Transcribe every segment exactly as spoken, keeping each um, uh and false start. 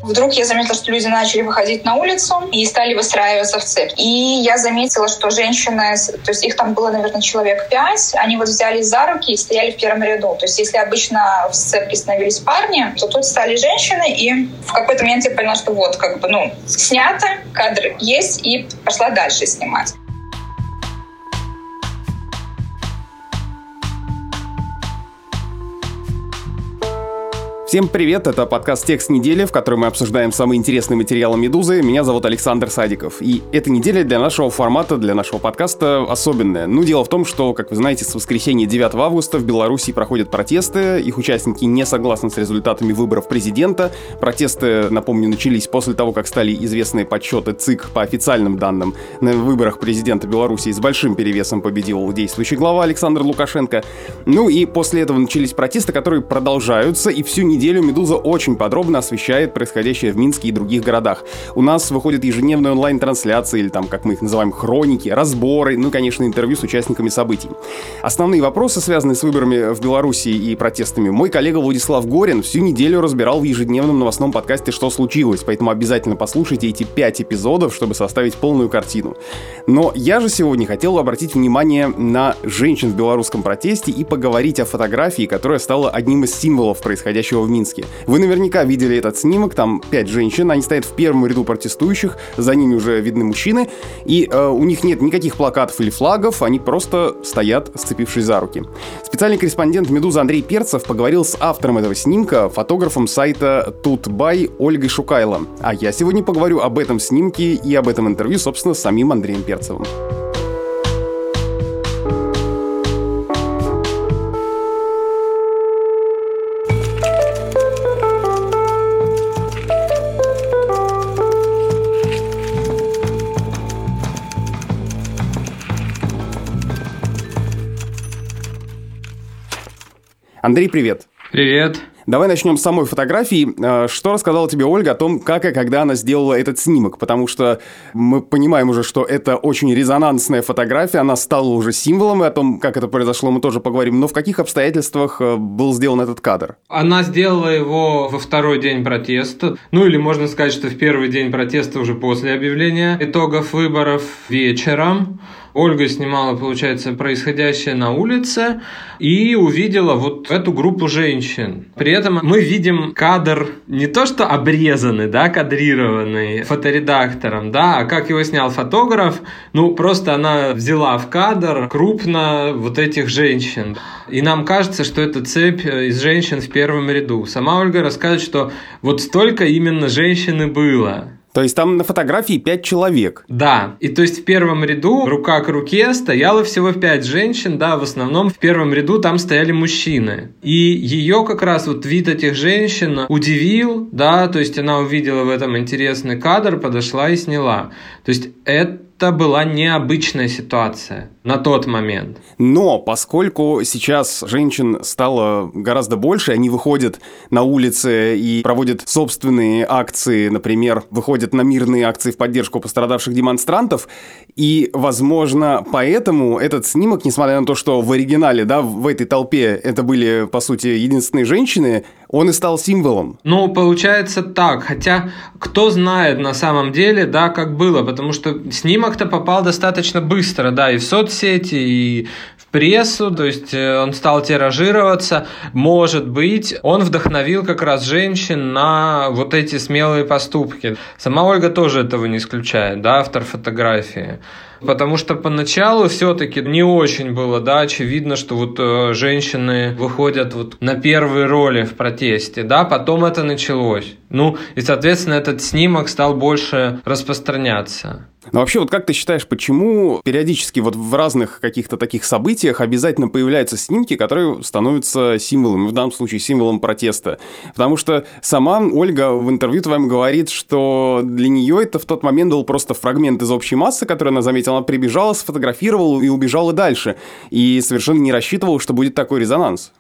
Вдруг я заметила, что люди начали выходить на улицу и стали выстраиваться в цепь. И я заметила, что женщины, то есть их там было, наверное, человек пять, они вот взялись за руки и стояли в первом ряду. То есть если обычно в цепке становились парни, то тут стали женщины, и в какой-то момент я поняла, что вот, как бы, ну, снято, кадр есть, и пошла дальше снимать. Всем привет, это подкаст «Текст недели», в котором мы обсуждаем самые интересные материалы «Медузы». Меня зовут Александр Садиков. И эта неделя для нашего формата, для нашего подкаста особенная. Ну, дело в том, что, как вы знаете, с воскресенья девятого августа в Беларуси проходят протесты. Их участники не согласны с результатами выборов президента. Протесты, напомню, начались после того, как стали известны подсчеты ЦИК по официальным данным. На выборах президента Беларуси с большим перевесом победил действующий глава Александр Лукашенко. Ну и после этого начались протесты, которые продолжаются, и всю неделю неделю «Медуза» очень подробно освещает происходящее в Минске и других городах. У нас выходят ежедневные онлайн-трансляции, или там, как мы их называем, хроники, разборы, ну и, конечно, интервью с участниками событий. Основные вопросы, связанные с выборами в Беларуси и протестами, мой коллега Владислав Горин всю неделю разбирал в ежедневном новостном подкасте «Что случилось?», поэтому обязательно послушайте эти пять эпизодов, чтобы составить полную картину. Но я же сегодня хотел обратить внимание на женщин в белорусском протесте и поговорить о фотографии, которая стала одним из символов происходящего в Минске. Вы наверняка видели этот снимок, там пять женщин, они стоят в первом ряду протестующих, за ними уже видны мужчины, и э, у них нет никаких плакатов или флагов, они просто стоят, сцепившись за руки. Специальный корреспондент «Медузы» Андрей Перцев поговорил с автором этого снимка, фотографом сайта Тутбай Ольгой Шукайло. А я сегодня поговорю об этом снимке и об этом интервью, собственно, с самим Андреем Перцевым. Андрей, привет. Привет. Давай начнем с самой фотографии. Что рассказала тебе Ольга о том, как и когда она сделала этот снимок? Потому что мы понимаем уже, что это очень резонансная фотография, она стала уже символом, и о том, как это произошло, мы тоже поговорим. Но в каких обстоятельствах был сделан этот кадр? Она сделала его во второй день протеста. Ну или можно сказать, что в первый день протеста уже после объявления итогов выборов вечером. Ольга снимала, получается, происходящее на улице и увидела вот эту группу женщин. При этом мы видим кадр не то что обрезанный, да, кадрированный фоторедактором, да, а как его снял фотограф, ну просто она взяла в кадр крупно вот этих женщин. И нам кажется, что это цепь из женщин в первом ряду. Сама Ольга рассказывает, что вот столько именно женщин и было. То есть там на фотографии пять человек. Да, и то есть в первом ряду рука к руке стояло всего пять женщин, да, в основном в первом ряду там стояли мужчины. И ее как раз вот вид этих женщин удивил, да, то есть она увидела в этом интересный кадр, подошла и сняла. То есть это Это была необычная ситуация на тот момент. Но поскольку сейчас женщин стало гораздо больше, они выходят на улицы и проводят собственные акции, например, выходят на мирные акции в поддержку пострадавших демонстрантов, и, возможно, поэтому этот снимок, несмотря на то, что в оригинале, да, в этой толпе это были, по сути, единственные женщины, он и стал символом. Ну, получается так, хотя кто знает на самом деле, да, как было, потому что снимок-то попал достаточно быстро, да, и в соцсети, и в прессу, то есть он стал тиражироваться. Может быть, он вдохновил как раз женщин на вот эти смелые поступки. Сама Ольга тоже этого не исключает, да, автор фотографии. Потому что поначалу все-таки не очень было, да, очевидно, что вот э, женщины выходят вот на первые роли в протесте, да, потом это началось. Ну, и, соответственно, этот снимок стал больше распространяться. Но вообще, вот как ты считаешь, почему периодически вот в разных каких-то таких событиях обязательно появляются снимки, которые становятся символом, в данном случае символом протеста? Потому что сама Ольга в интервью твоем говорит, что для нее это в тот момент был просто фрагмент из общей массы, которую она заметила, она прибежала, сфотографировала и убежала дальше. И совершенно не рассчитывала, что будет такой резонанс.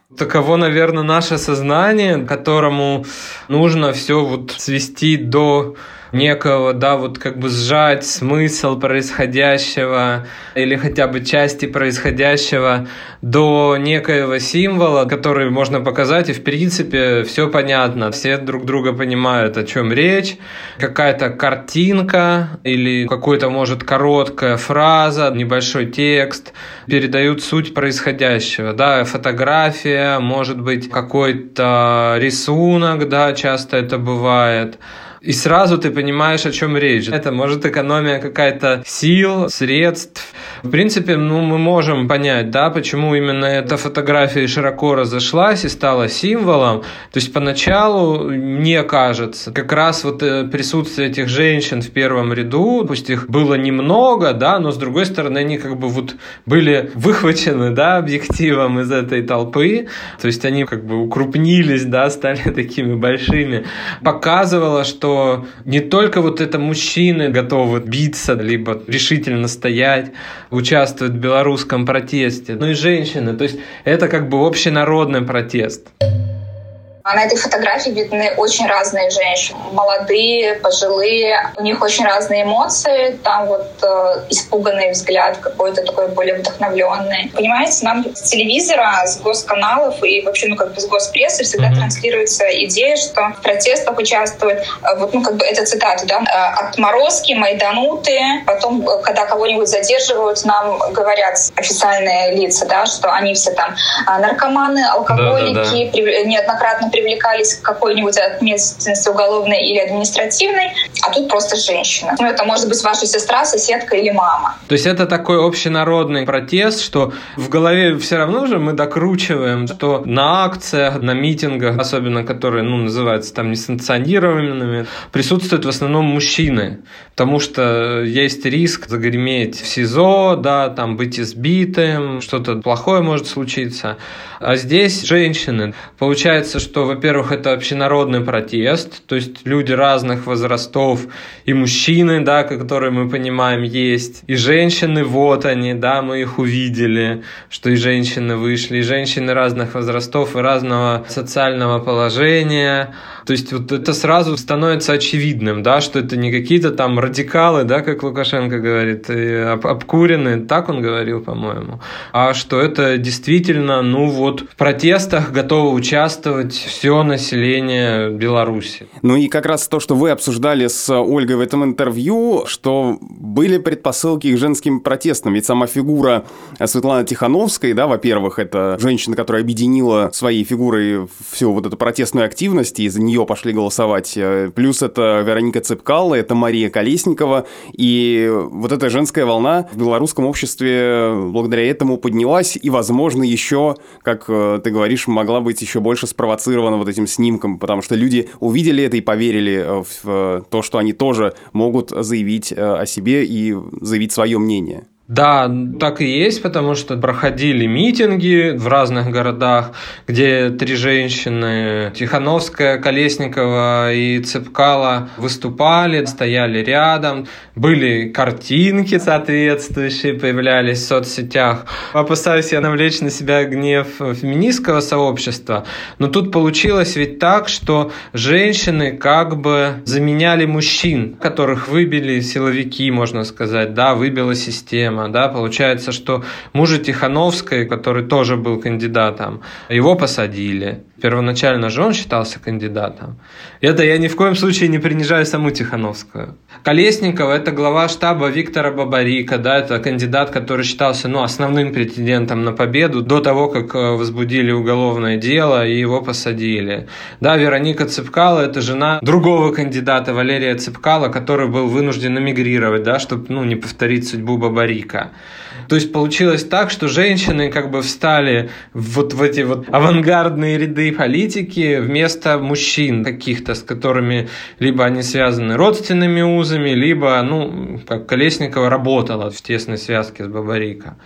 Таково, наверное, наше сознание, которому нужно все вот свести до некого, да, вот как бы сжать смысл происходящего или хотя бы части происходящего до некоего символа, который можно показать, и в принципе все понятно, все друг друга понимают, о чем речь, какая-то картинка или какой-то, может, короткая фраза, небольшой текст передают суть происходящего, да, фотография, может быть, какой-то рисунок, да, часто это бывает. И сразу ты понимаешь, о чем речь. Это может экономия какая-то сил, средств. В принципе, ну, мы можем понять, да, почему именно эта фотография широко разошлась и стала символом. То есть поначалу, мне кажется, как раз вот присутствие этих женщин в первом ряду, пусть их было немного, да, но с другой стороны они как бы вот были выхвачены, да, объективом из этой толпы. То есть они как бы укрупнились, да, стали такими большими. Показывало, что не только вот это мужчины готовы биться, либо решительно стоять, участвовать в белорусском протесте, но и женщины. То есть это как бы общенародный протест. На этой фотографии видны очень разные женщины. Молодые, пожилые. У них очень разные эмоции. Там вот э, испуганный взгляд какой-то такой более вдохновленный. Понимаете, нам с телевизора, с госканалов и вообще, ну, как бы с госпрессы всегда mm-hmm. транслируется идея, что в протестах участвуют, э, вот, ну, как бы это цитата, да, э, отморозки, майдануты. Потом, когда кого-нибудь задерживают, нам говорят официальные лица, да, что они все там э, наркоманы, алкоголики, да, да, да. При, неоднократно привлекались к какой-нибудь ответственности уголовной или административной, а тут просто женщина. Ну, это может быть ваша сестра, соседка или мама. То есть это такой общенародный протест, что в голове все равно же мы докручиваем, что на акциях, на митингах, особенно которые, ну, называются там несанкционированными, присутствуют в основном мужчины, потому что есть риск загреметь в СИЗО, да, там быть избитым, что-то плохое может случиться. А здесь женщины. Получается, что, во-первых, это общенародный протест, то есть люди разных возрастов, и мужчины, да, которые мы понимаем есть, и женщины, вот они, да, мы их увидели, что и женщины вышли, и женщины разных возрастов и разного социального положения. То есть вот это сразу становится очевидным, да, что это не какие-то там радикалы, да, как Лукашенко говорит, обкуренные, так он говорил, по-моему, а что это действительно, ну вот, в протестах готово участвовать все население Беларуси. Ну и как раз то, что вы обсуждали с Ольгой в этом интервью, что были предпосылки к женским протестам, ведь сама фигура Светланы Тихановской, да, во-первых, это женщина, которая объединила своей фигурой всю вот эту протестную активность, и за нее пошли голосовать. Плюс это Вероника Цепкало, это Мария Колесникова. И вот эта женская волна в белорусском обществе благодаря этому поднялась. И, возможно, еще, как ты говоришь, могла быть еще больше спровоцирована вот этим снимком, потому что люди увидели это и поверили в то, что они тоже могут заявить о себе и заявить свое мнение. Да, так и есть, потому что проходили митинги в разных городах, где три женщины, Тихановская, Колесникова и Цепкало, выступали, стояли рядом, были картинки соответствующие, появлялись в соцсетях. Опасаюсь я навлечь на себя гнев феминистского сообщества, но тут получилось ведь так, что женщины как бы заменяли мужчин, которых выбили силовики, можно сказать, да, выбила система. Да, получается, что мужа Тихановской, который тоже был кандидатом, его посадили. Первоначально же он считался кандидатом. Это я ни в коем случае не принижаю саму Тихановскую. Колесникова – это глава штаба Виктора Бабарика, да, это кандидат, который считался, ну, основным претендентом на победу до того, как возбудили уголовное дело и его посадили. Да, Вероника Цепкало – это жена другого кандидата, Валерия Цепкало, который был вынужден эмигрировать, да, чтобы, ну, не повторить судьбу Бабарика. То есть получилось так, что женщины как бы встали вот в эти вот авангардные ряды политики вместо мужчин каких-то, с которыми либо они связаны родственными узами, либо, ну, как Колесникова работала в тесной связке с Бабарико.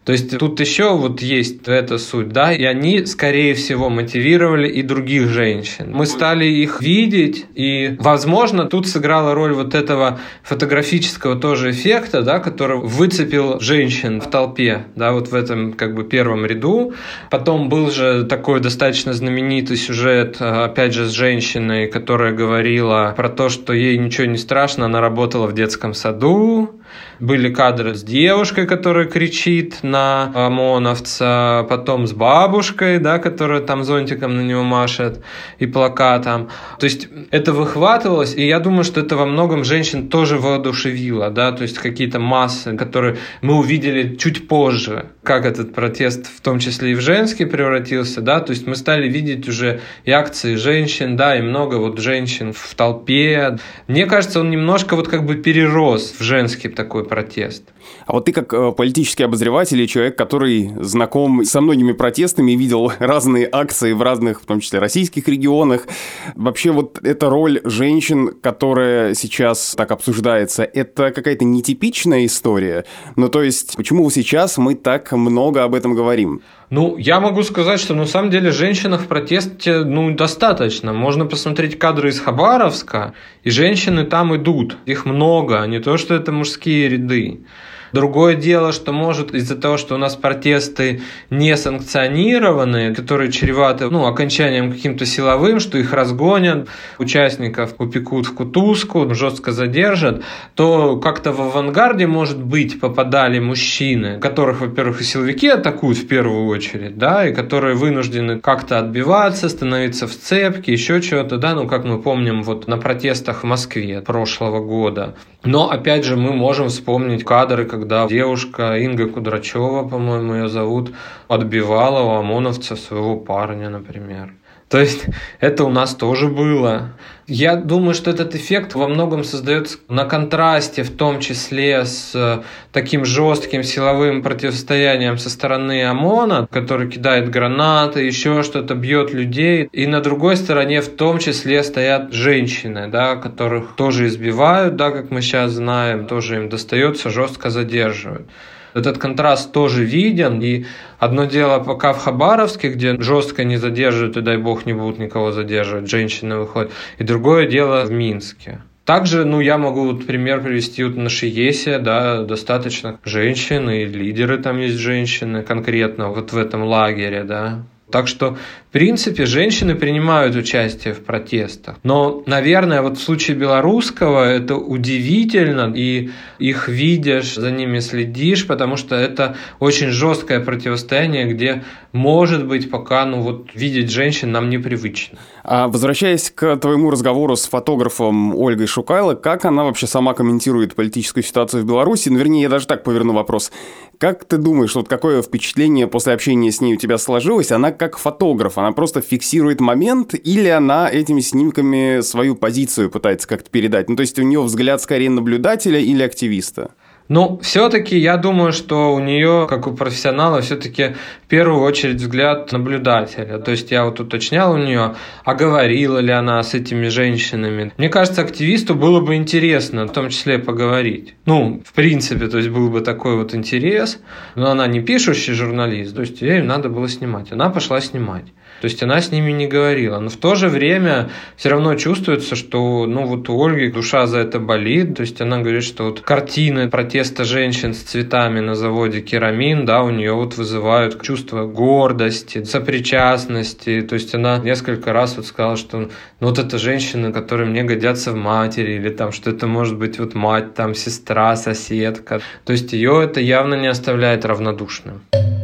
То есть тут еще вот есть эта суть, да, и они, скорее всего, мотивировали и других женщин. Мы стали их видеть, и, возможно, тут сыграла роль вот этого фотографического тоже эффекта, да, который выцепил женщин в толпе, да, вот в этом как бы первом ряду. Потом был же такой достаточно знаменитый сюжет, опять же, с женщиной, которая говорила про то, что ей ничего не страшно, она работала в детском саду. Были кадры с девушкой, которая кричит на ОМОНовца, потом с бабушкой, да, которая там зонтиком на него машет, и плакатом. То есть это выхватывалось, и я думаю, что это во многом женщин тоже воодушевило, да, то есть какие-то массы, которые мы увидели чуть позже, как этот протест в том числе и в женский превратился, да, то есть мы стали видеть уже и акции женщин, да, и много вот женщин в толпе. Мне кажется, он немножко вот как бы перерос в женский такой протест. А вот ты как э, политический обозреватель и человек, который знаком со многими протестами, видел разные акции в разных, в том числе российских регионах, вообще вот эта роль женщин, которая сейчас так обсуждается, это какая-то нетипичная история? Ну то есть, почему сейчас мы так много об этом говорим? Ну, я могу сказать, что на самом деле женщин в протесте, ну, достаточно. Можно посмотреть кадры из Хабаровска, и женщины там идут. Их много, а не то, что это мужские ряды. Другое дело, что может из-за того, что у нас протесты не санкционированные, которые чреваты ну, окончанием каким-то силовым, что их разгонят, участников упекут в кутузку, жестко задержат, то как-то в авангарде, может быть, попадали мужчины, которых, во-первых, и силовики атакуют в первую очередь, да, и которые вынуждены как-то отбиваться, становиться в цепки, еще чего-то, да, ну, как мы помним, вот на протестах в Москве прошлого года. Но, опять же, мы можем вспомнить кадры, когда девушка Инга Кудрачева, по-моему, ее зовут, отбивала у ОМОНовца своего парня, например. То есть это у нас тоже было. Я думаю, что этот эффект во многом создается на контрасте, в том числе с таким жестким силовым противостоянием со стороны ОМОНа, который кидает гранаты, еще что-то, бьет людей. И на другой стороне в том числе стоят женщины, да, которых тоже избивают, да, как мы сейчас знаем, тоже им достается, жестко задерживают. Этот контраст тоже виден, и одно дело пока в Хабаровске, где жестко не задерживают, и дай бог не будут никого задерживать, женщины выходят, и другое дело в Минске. Также, ну, я могу вот пример привести вот на Шиесе, да, достаточно женщин, и лидеры там есть женщины конкретно вот в этом лагере, да. Так что, в принципе, женщины принимают участие в протестах. Но, наверное, вот в случае белорусского это удивительно, и их видишь, за ними следишь, потому что это очень жесткое противостояние, где, может быть, пока ну, вот, видеть женщин нам непривычно. А возвращаясь к твоему разговору с фотографом Ольгой Шукайло, как она вообще сама комментирует политическую ситуацию в Беларуси? Ну, вернее, я даже так поверну вопрос. Как ты думаешь, вот какое впечатление после общения с ней у тебя сложилось? Она как фотограф, она просто фиксирует момент или она этими снимками свою позицию пытается как-то передать? Ну, то есть у нее взгляд скорее наблюдателя или активиста? Ну, все-таки я думаю, что у нее, как у профессионала, все-таки в первую очередь взгляд наблюдателя. То есть я вот уточнял у нее, а говорила ли она с этими женщинами. Мне кажется, активисту было бы интересно в том числе поговорить. Ну, в принципе, то есть был бы такой вот интерес. Но она не пишущий журналист, то есть ей надо было снимать. Она пошла снимать. То есть она с ними не говорила. Но в то же время все равно чувствуется, что ну, вот у Ольги душа за это болит. То есть она говорит, что вот картины протеста женщин с цветами на заводе «Керамин», да, у нее вот вызывают чувство гордости, сопричастности. То есть она несколько раз вот сказала, что ну, вот это женщины, которые мне годятся в матери, или там, что это может быть вот мать, там, сестра, соседка. То есть ее это явно не оставляет равнодушным.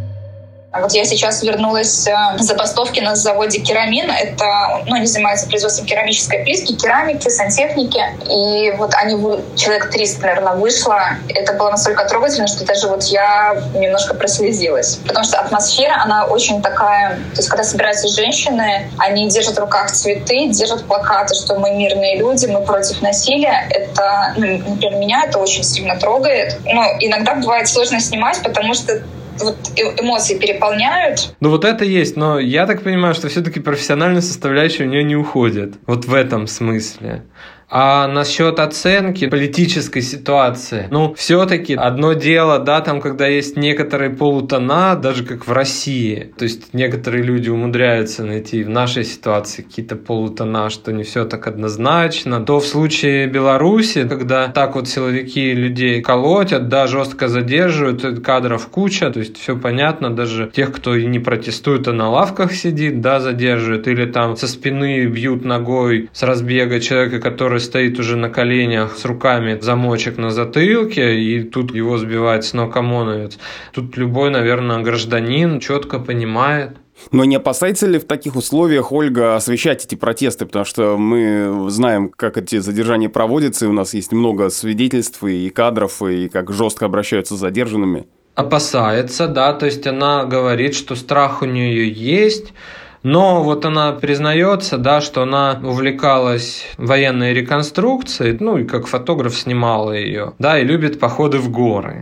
Вот я сейчас вернулась с забастовки на заводе «Керамин». Это, ну, они занимаются производством керамической плитки, керамики, сантехники. И вот они, человек триста, наверное, вышло. Это было настолько трогательно, что даже вот я немножко прослезилась. Потому что атмосфера, она очень такая... То есть когда собираются женщины, они держат в руках цветы, держат плакаты, что мы мирные люди, мы против насилия. Это, ну, например, меня это очень сильно трогает. Но иногда бывает сложно снимать, потому что вот эмоции переполняют. Ну вот это есть, но я так понимаю, что все-таки профессиональная составляющая у нее не уходит. Вот в этом смысле. А насчет оценки политической ситуации, ну, все-таки одно дело, да, там, когда есть некоторые полутона, даже как в России, то есть некоторые люди умудряются найти в нашей ситуации какие-то полутона, что не все так однозначно, то в случае Беларуси, когда так вот силовики людей колотят, да, жестко задерживают, кадров куча, то есть все понятно, даже тех, кто и не протестует, а на лавках сидит, да, задерживают, или там со спины бьют ногой с разбега человека, который стоит уже на коленях с руками, замочек на затылке, и тут его сбивает с ног ОМОНовец. Тут любой, наверное, гражданин четко понимает. Но не опасается ли в таких условиях, Ольга, освещать эти протесты? Потому что мы знаем, как эти задержания проводятся, и у нас есть много свидетельств и кадров, и как жестко обращаются с задержанными. Опасается, да, то есть она говорит, что страх у нее есть. Но вот она признается, да, что она увлекалась военной реконструкцией, ну и как фотограф снимала ее, да, и любит походы в горы.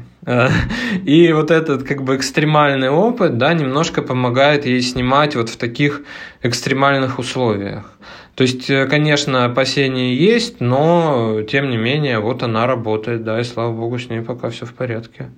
И вот этот как бы экстремальный опыт, да, немножко помогает ей снимать вот в таких экстремальных условиях. То есть, конечно, опасения есть, но тем не менее вот она работает, да, и слава богу, с ней пока все в порядке.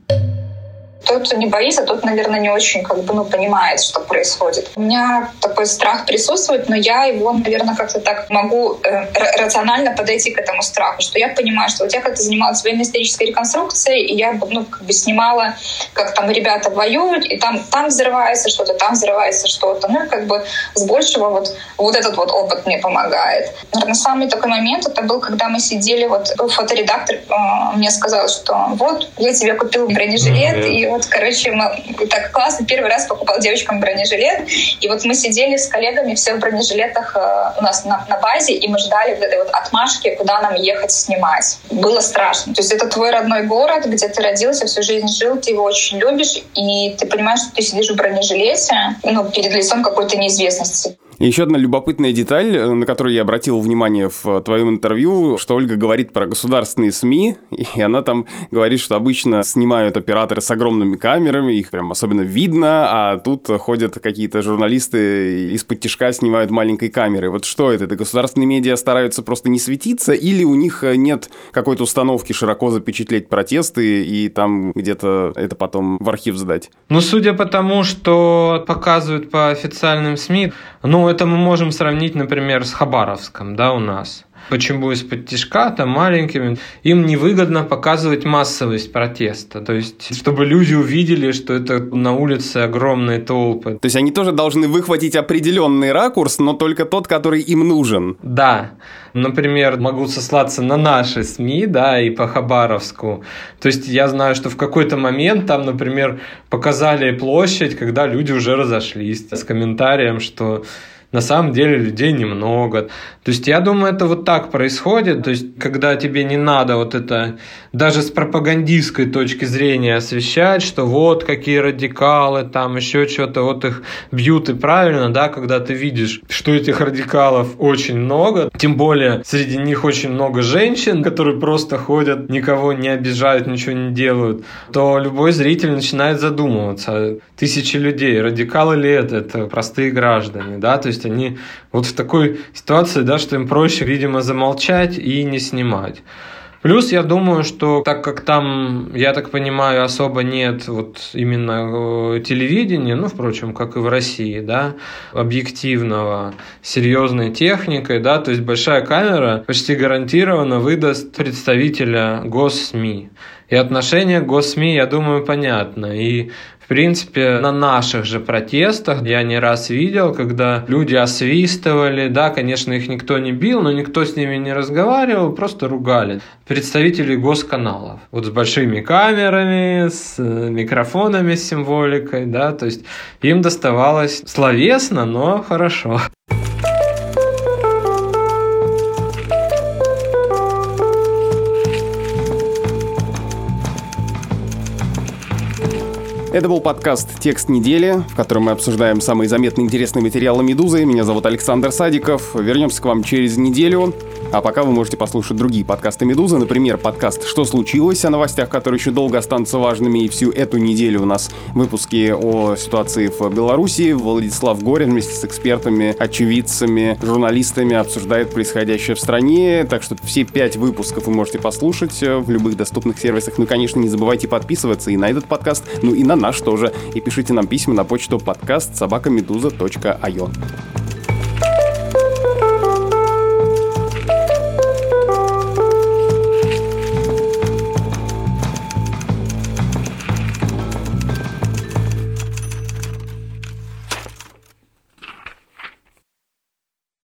Тот, кто не боится, тот, наверное, не очень как бы, ну, понимает, что происходит. У меня такой страх присутствует, но я его, наверное, как-то так могу э, рационально подойти к этому страху, что я понимаю, что вот я как-то занималась военно-исторической реконструкцией, и я ну, как бы снимала, как там ребята воюют, и там, там взрывается что-то, там взрывается что-то. Ну, и как бы с большего вот, вот этот вот опыт мне помогает. Наверное, самый такой момент, это был, когда мы сидели, вот фоторедактор э, мне сказал, что вот, я тебе купил бронежилет, mm-hmm. и вот, короче, мы, так классно, первый раз покупал девочкам бронежилет, и вот мы сидели с коллегами все в бронежилетах э, у нас на, на базе, и мы ждали вот этой вот отмашки, куда нам ехать снимать. Было страшно. То есть это твой родной город, где ты родился, всю жизнь жил, ты его очень любишь, и ты понимаешь, что ты сидишь в бронежилете, ну, перед лицом какой-то неизвестности. И еще одна любопытная деталь, на которую я обратил внимание в твоем интервью, что Ольга говорит про государственные СМИ, и она там говорит, что обычно снимают операторы с огромными камерами, их прям особенно видно, а тут ходят какие-то журналисты из-под тишка снимают маленькой камерой. Вот что это? Это государственные медиа стараются просто не светиться, или у них нет какой-то установки широко запечатлеть протесты и там где-то это потом в архив сдать? Ну, судя по тому, что показывают по официальным СМИ, ну, это мы можем сравнить, например, с Хабаровском, да, у нас. Почему из-под тишка, там, маленькими, им невыгодно показывать массовость протеста. То есть, чтобы люди увидели, что это на улице огромные толпы. То есть, они тоже должны выхватить определенный ракурс, но только тот, который им нужен. Да. Например, могу сослаться на наши СМИ, да, и по Хабаровску. То есть, я знаю, что в какой-то момент там, например, показали площадь, когда люди уже разошлись с комментарием, что на самом деле людей немного. То есть, я думаю, это вот так происходит. То есть, когда тебе не надо вот это даже с пропагандистской точки зрения освещать, что вот какие радикалы, там еще что-то, вот их бьют, и правильно, да, когда ты видишь, что этих радикалов очень много, тем более среди них очень много женщин, которые просто ходят, никого не обижают, ничего не делают, то любой зритель начинает задумываться, тысячи людей, радикалы ли это, это простые граждане, да, то есть они вот в такой ситуации, да, что им проще, видимо, замолчать и не снимать. Плюс я думаю, что так как там, я так понимаю, особо нет вот именно телевидения, ну, впрочем, как и в России, да, объективного, серьезной техникой, да, то есть большая камера почти гарантированно выдаст представителя госсми. И отношение к госсми, я думаю, понятно. И в принципе, на наших же протестах я не раз видел, когда люди освистывали, да, конечно, их никто не бил, но никто с ними не разговаривал, просто ругали. Представители госканалов, вот с большими камерами, с микрофонами, с символикой, да, то есть им доставалось словесно, но хорошо. Это был подкаст «Текст недели», в котором мы обсуждаем самые заметные и интересные материалы «Медузы». Меня зовут Александр Садиков. Вернемся к вам через неделю. А пока вы можете послушать другие подкасты «Медузы», например, подкаст «Что случилось?», о новостях, которые еще долго останутся важными, и всю эту неделю у нас выпуски о ситуации в Беларуси. Владислав Горин вместе с экспертами, очевидцами, журналистами обсуждает происходящее в стране, так что все пять выпусков вы можете послушать в любых доступных сервисах. Ну и, конечно, не забывайте подписываться и на этот подкаст, ну и на наш тоже. И пишите нам письма на почту подкаст собака медуза точка ай о.